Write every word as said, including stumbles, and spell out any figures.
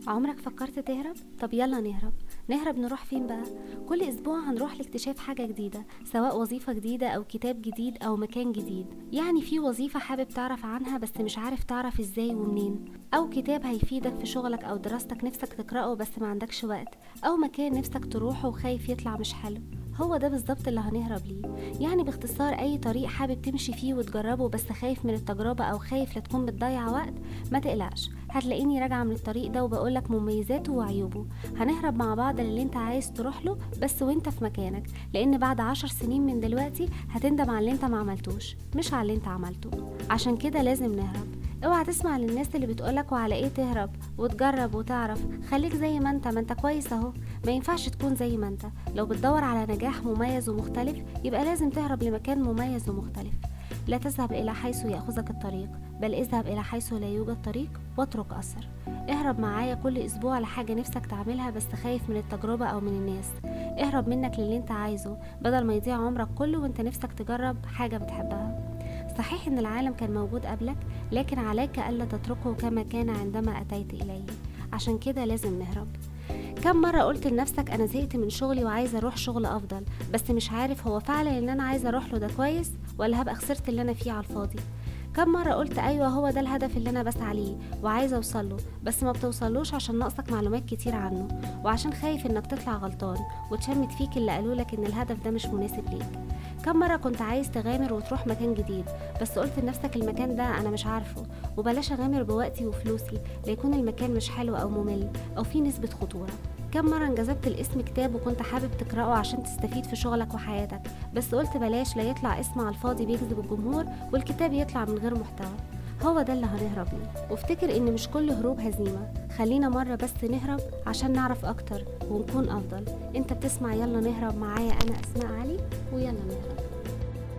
عمرك فكرت تهرب؟ طب يلا نهرب. نهرب نروح فين بقى؟ كل اسبوع هنروح لاكتشاف حاجة جديدة، سواء وظيفة جديدة او كتاب جديد او مكان جديد. يعني في وظيفة حابب تعرف عنها بس مش عارف تعرف ازاي ومنين، او كتاب هيفيدك في شغلك او دراستك نفسك تقرأه بس ما عندكش وقت، او مكان نفسك تروحه وخايف يطلع مش حلو. هو ده بالظبط اللي هنهرب ليه. يعني باختصار اي طريق حابب تمشي فيه وتجربه بس خايف من التجربة او خايف لا تكون بتضيع وقت، ما تقلقش، هتلاقيني راجعة من الطريق ده وبقولك مميزاته وعيوبه. هنهرب مع بعض اللي انت عايز تروح له بس وانت في مكانك، لان بعد عشر سنين من دلوقتي هتندم على اللي انت ما عملتوش مش على اللي انت عملته. عشان كده لازم نهرب. اوعى تسمع للناس اللي بتقولك وعلى ايه تهرب وتجرب وتعرف. خليك زي ما انت ما انت كويس اهو. ما ينفعش تكون زي ما انت. لو بتدور على نجاح مميز ومختلف يبقى لازم تهرب لمكان مميز ومختلف. لا تذهب إلى حيث يأخذك الطريق، بل اذهب إلى حيث لا يوجد طريق واترك أثر. اهرب معايا كل أسبوع لحاجة نفسك تعملها بس خايف من التجربة أو من الناس. اهرب منك للي انت عايزه بدل ما يضيع عمرك كله وانت نفسك تجرب حاجة بتحبها. صحيح ان العالم كان موجود قبلك، لكن عليك ألا تتركه كما كان عندما أتيت إليه. عشان كده لازم نهرب. كم مرة قلت لنفسك أنا زهقت من شغلي وعايزة أروح شغل أفضل، بس مش عارف هو فعلا اللي أنا عايزة أروح له ده كويس ولا هبقى خسرت اللي أنا فيه على الفاضي. كم مرة قلت أيوة هو ده الهدف اللي أنا بسعى ليه وعايزة أوصله، بس ما بتوصلوش عشان ناقصك معلومات كتير عنه وعشان خايف إنك تطلع غلطان وتشمت فيك اللي قالولك إن الهدف ده مش مناسب ليك. كم مرة كنت عايز تغامر وتروح مكان جديد بس قلت لنفسك المكان ده أنا مش عارفه وبلاش أغامر بوقتي وفلوسي ليكون المكان مش حلو أو ممل أو فيه نسبة خطورة. كم مرة انجذبت الاسم كتاب وكنت حابب تقرأه عشان تستفيد في شغلك وحياتك، بس قلت بلاش لا يطلع اسم على الفاضي بيجذب الجمهور والكتاب يطلع من غير محتوى. هو ده اللي هنهرب ليه. وافتكر ان مش كل هروب هزيمة. خلينا مرة بس نهرب عشان نعرف اكتر ونكون افضل. انت بتسمع يلا نهرب معايا، انا اسماء علي، ويلا نهرب.